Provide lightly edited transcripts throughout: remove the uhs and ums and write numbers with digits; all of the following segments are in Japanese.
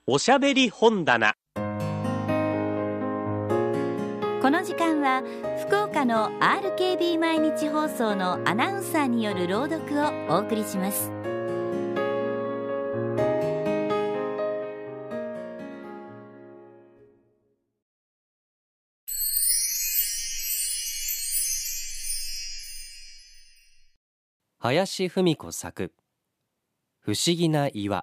おしゃべり本棚。 この時間は福岡の RKB 毎日放送のアナウンサーによる朗読をお送りします。 林芙美子作不思議な岩。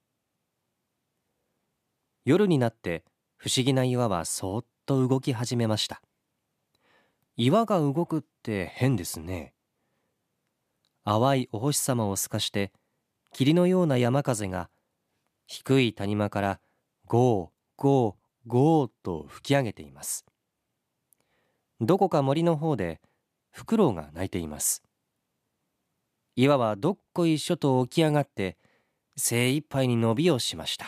夜になって不思議な岩はそーっと動き始めました。岩が動くって変ですね。淡いお星様を透かして霧のような山風が低い谷間からゴーゴーゴーと吹き上げています。どこか森の方でフクロウが鳴いています。岩はどっこいしょと起き上がって精一杯に伸びをしました。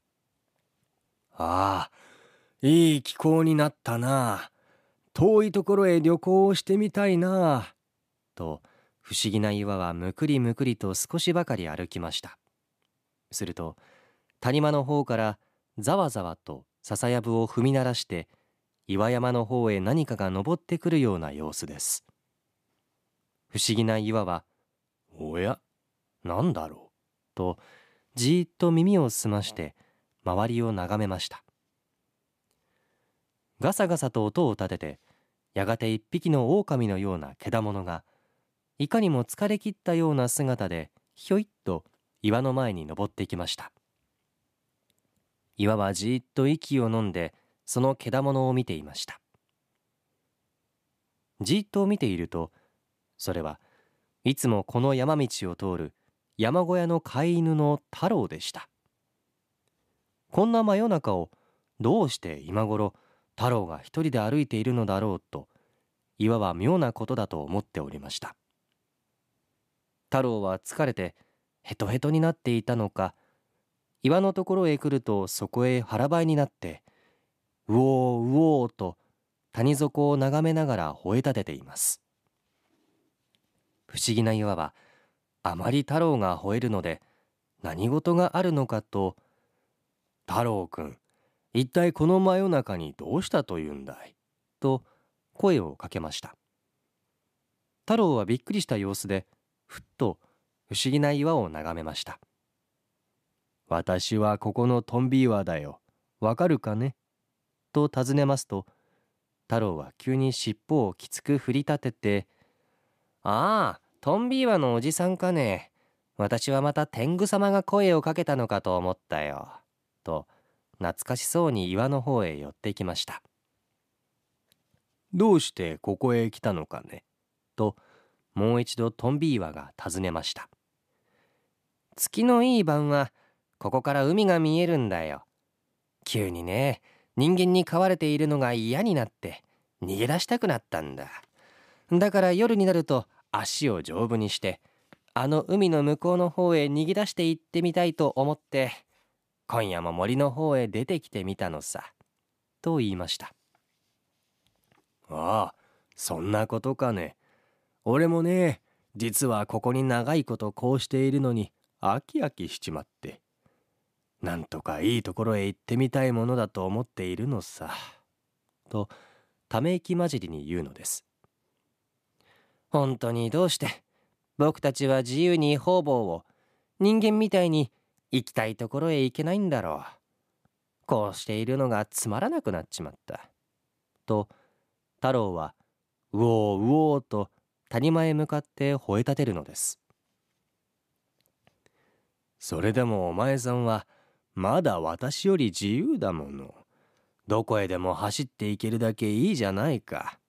ああ、いい気候になったな。遠いところへ旅行をしてみたいな。と不思議な岩はむくりむくりと少しばかり歩きました。すると谷間の方からざわざわと笹やぶを踏み鳴らして岩山の方へ何かが登ってくるような様子です。不思議な岩はおや、なんだろうとじーっと耳を澄まして周りを眺めました。ガサガサと音を立ててやがて一匹の狼のような獣がいかにも疲れ切ったような姿でひょいっと岩の前に登ってきました。岩はじーっと息を飲んでその獣を見ていました。じーっと見ているとそれはいつもこの山道を通る山小屋の飼い犬の太郎でした。こんな真夜中をどうして今頃太郎が一人で歩いているのだろうと岩は妙なことだと思っておりました。太郎は疲れてヘトヘトになっていたのか、岩のところへ来るとそこへ腹ばいになってうおーうおーと谷底を眺めながら吠え立てています。不思議な岩はあまり太郎が吠えるので何事があるのかと、太郎くん、一体この真夜中にどうしたというんだいと声をかけました。太郎はびっくりした様子でふっと不思議な岩を眺めました。私はここのトンビ岩だよ、わかるかねと尋ねますと、太郎は急に尻尾をきつく振り立てて、ああ、トンビ岩のおじさんかね。私はまた天狗様が声をかけたのかと思ったよ。と懐かしそうに岩の方へ寄ってきました。どうしてここへ来たのかねともう一度トンビ岩が尋ねました。月のいい晩はここから海が見えるんだよ。急にね、人間に飼われているのが嫌になって逃げ出したくなったんだ。だから夜になると足を丈夫にしてあの海の向こうの方へ逃げ出して行ってみたいと思って今夜も森の方へ出てきてみたのさ。と言いました。ああ、そんなことかね。俺もね、実はここに長いことこうしているのに飽き飽きしちまって、なんとかいいところへ行ってみたいものだと思っているのさ。とため息混じりに言うのです。本当にどうして僕たちは自由に方々を人間みたいに行きたいところへ行けないんだろう。こうしているのがつまらなくなっちまった。と太郎はうおーうおーと谷間へ向かって吠え立てるのです。それでもお前さんはまだ私より自由だもの。どこへでも走っていけるだけいいじゃないか。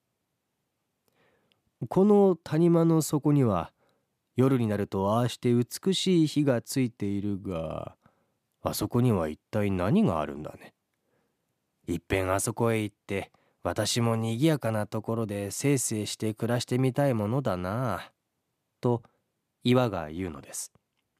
この谷間の底には夜になるとああして美しい火がついているが、あそこには一体何があるんだね。いっぺんあそこへ行って私も賑やかなところでせいせいして暮らしてみたいものだな。と岩が言うのです。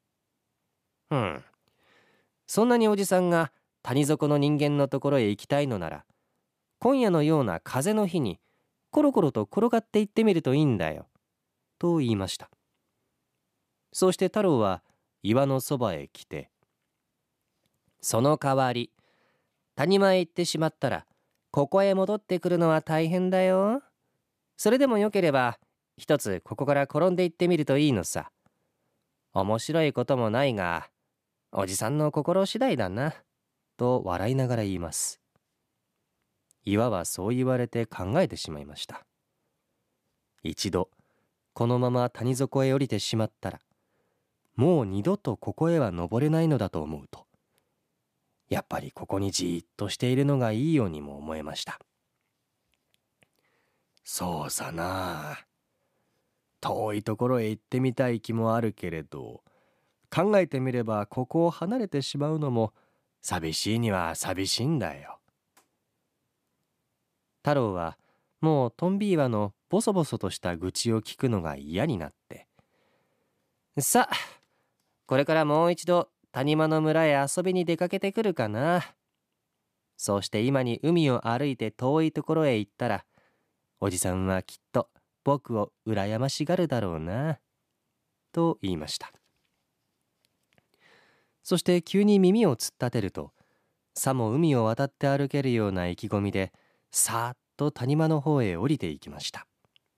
そんなにおじさんが谷底の人間のところへ行きたいのなら、今夜のような風の日にコロコロと転がっていってみるといいんだよ。と言いました。そうして太郎は岩のそばへ来て、 その代わり、谷間へ行ってしまったら、ここへ戻ってくるのは大変だよ。それでもよければ、一つここから転んでいってみるといいのさ。面白いこともないが、おじさんの心次第だな、と笑いながら言います。岩はそう言われて考えてしまいました。一度、このまま谷底へ降りてしまったら、もう二度とここへは登れないのだと思うと、やっぱりここにじーっとしているのがいいようにも思えました。そうさな。遠いところへ行ってみたい気もあるけれど、考えてみればここを離れてしまうのも寂しいには寂しいんだよ。太郎はもうトンビーワのボソボソとした愚痴を聞くのが嫌になって、さあ、これからもう一度谷間の村へ遊びに出かけてくるかな。そうして今に海を歩いて遠いところへ行ったら、おじさんはきっと僕を羨ましがるだろうな、と言いました。そして急に耳を突っ立てると、さも海を渡って歩けるような意気込みで、さーっと谷間の方へ降りていきました。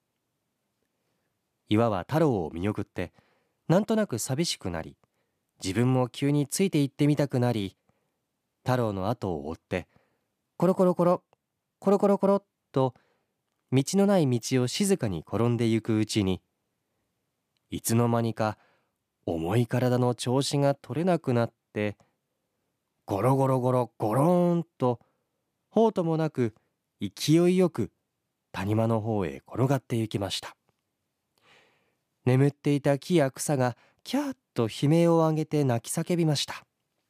岩は太郎を見送って、なんとなく寂しくなり、自分も急について行ってみたくなり、太郎の後を追って、コロコロコロ、コロコロコロっと、道のない道を静かに転んでゆくうちに、いつの間にか重い体の調子が取れなくなって、ゴロゴロゴロゴローンと、ほうともなく勢いよく谷間の方へ転がってゆきました。眠っていた木や草がキャーッと悲鳴を上げて泣き叫びました。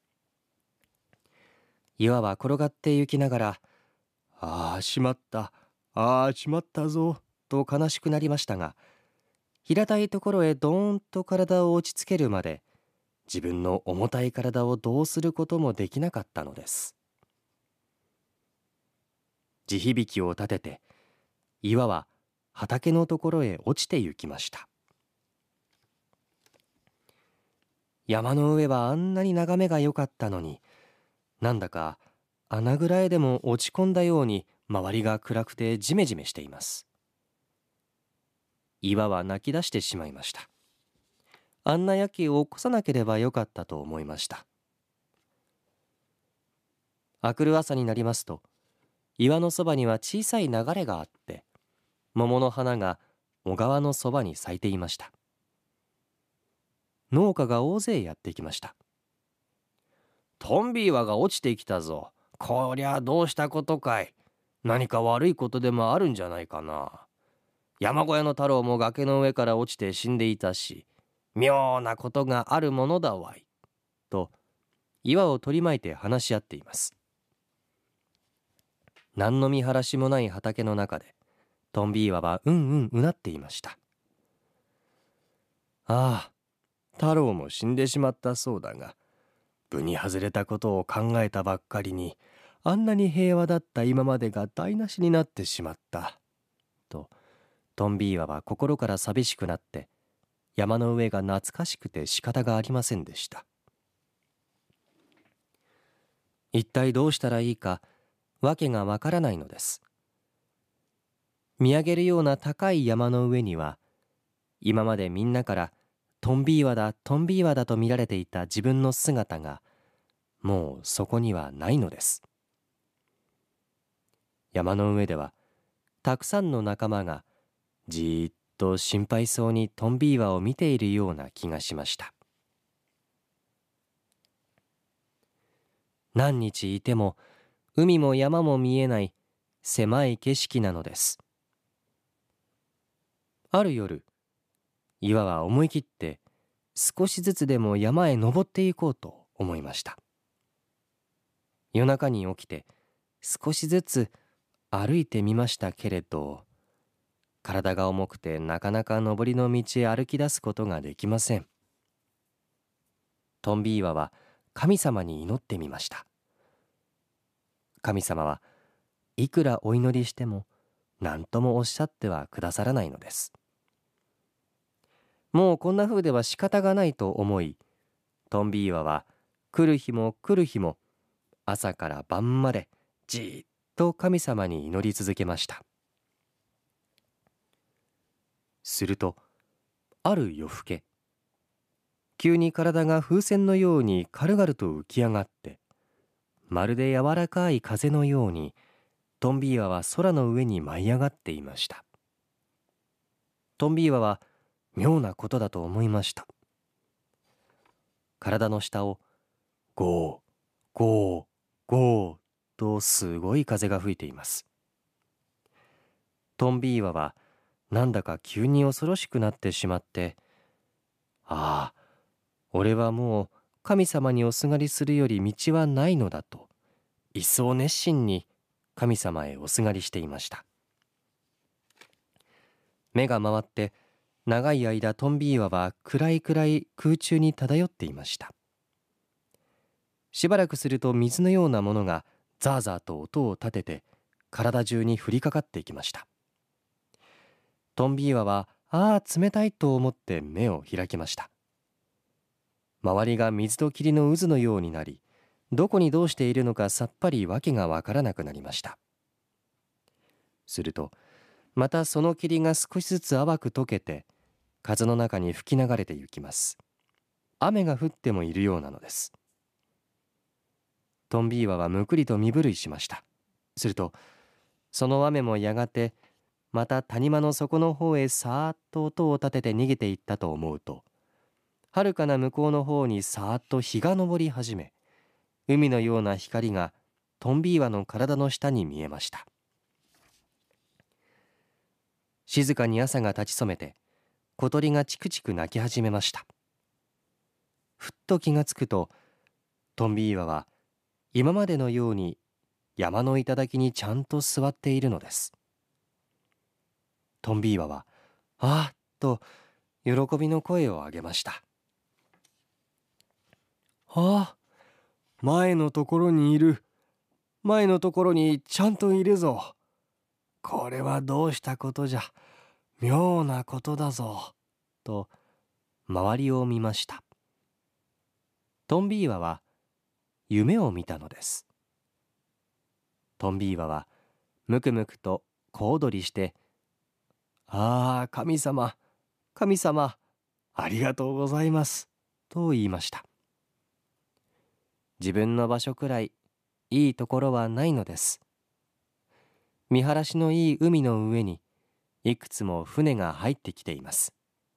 岩は転がってゆきながら、ああしまった、ああしまったぞ、と悲しくなりましたが、平たいところへどーんと体を落ち着けるまで、自分の重たい体をどうすることもできなかったのです。地響きを立てて、岩は畑のところへ落ちてゆきました。山の上はあんなに眺めが良かったのに、なんだか穴ぐらいでも落ち込んだように周りが暗くてジメジメしています。岩は泣き出してしまいました。あんなやけを起こさなければよかったと思いました。明くる朝になりますと、岩のそばには小さい流れがあって、桃の花が小川のそばに咲いていました。農家が大勢やってきました。トンビーワが落ちてきたぞ。こりゃどうしたことかい。何か悪いことでもあるんじゃないかな。山小屋の太郎も崖の上から落ちて死んでいたし、妙なことがあるものだわい。と岩を取り巻いて話し合っています。何の見晴らしもない畑の中で、トンビーワはうんうんうなっていました。ああ、太郎も死んでしまったそうだが、分に外れたことを考えたばっかりに、あんなに平和だった今までが台無しになってしまった。と、トンビーワは心から寂しくなって、山の上が懐かしくて仕方がありませんでした。一体どうしたらいいか、わけがわからないのです。見上げるような高い山の上には、今までみんなからトンビーワだトンビーワだと見られていた自分の姿が、もうそこにはないのです。山の上ではたくさんの仲間がじーっと心配そうにトンビーワを見ているような気がしました。何日いても海も山も見えない狭い景色なのです。ある夜、岩は思い切って少しずつでも山へ登っていこうと思いました。夜中に起きて少しずつ歩いてみましたけれど、体が重くてなかなか登りの道へ歩き出すことができません。トンビーワは神様に祈ってみました。神様はいくらお祈りしても何ともおっしゃってはくださらないのです。もうこんな風では仕方がないと思い、トンビーワは来る日も来る日も朝から晩までじーっと神様に祈り続けました。すると、ある夜更け、急に体が風船のように軽々と浮き上がって、まるで柔らかい風のようにトンビーワは空の上に舞い上がっていました。トンビーワは妙なことだと思いました。体の下をゴーゴーゴーとすごい風が吹いています。トンビーワはなんだか急に恐ろしくなってしまって、ああ、俺はもう神様におすがりするより道はないのだと、一層熱心に神様へおすがりしていました。目が回って長い間トンビーワは暗い空中に漂っていました。しばらくすると水のようなものがザーザーと音を立てて体中に降りかかっていきました。トンビーワは冷たいと思って目を開きました。周りが水と霧の渦のようになり、どこにどうしているのかさっぱりわけがわからなくなりました。するとまたその霧が少しずつ淡く溶けて風の中に吹き流れて行きます。雨が降ってもいるようなのです。トンビーワはむくりと身震いしました。するとその雨もやがてまた谷間の底の方へさーっと音を立てて逃げていったと思うと、遥かな向こうの方にさーっと日が昇り始め、海のような光がトンビーワの体の下に見えました。静かに朝が立ち染めて小鳥がチクチク鳴き始めました。ふっと気がつくと、トンビーワは今までのように山の頂にちゃんと座っているのです。トンビーワはあーっと喜びの声を上げました。前のところにいる。前のところにちゃんといるぞ。これはどうしたことじゃ。妙なことだぞ。と周りを見ました。トンビーワは夢を見たのです。トンビーワはむくむくと小躍りして、神様、神様、ありがとうございます、と言いました。自分の場所くらいいいところはないのです。見晴らしのいい海の上にいくつも船が入ってきています。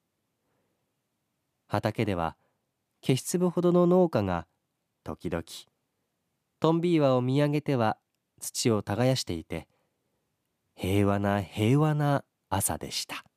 畑では消し粒ほどの農家が時々トンビーワを見上げては土を耕していて、平和な朝でした。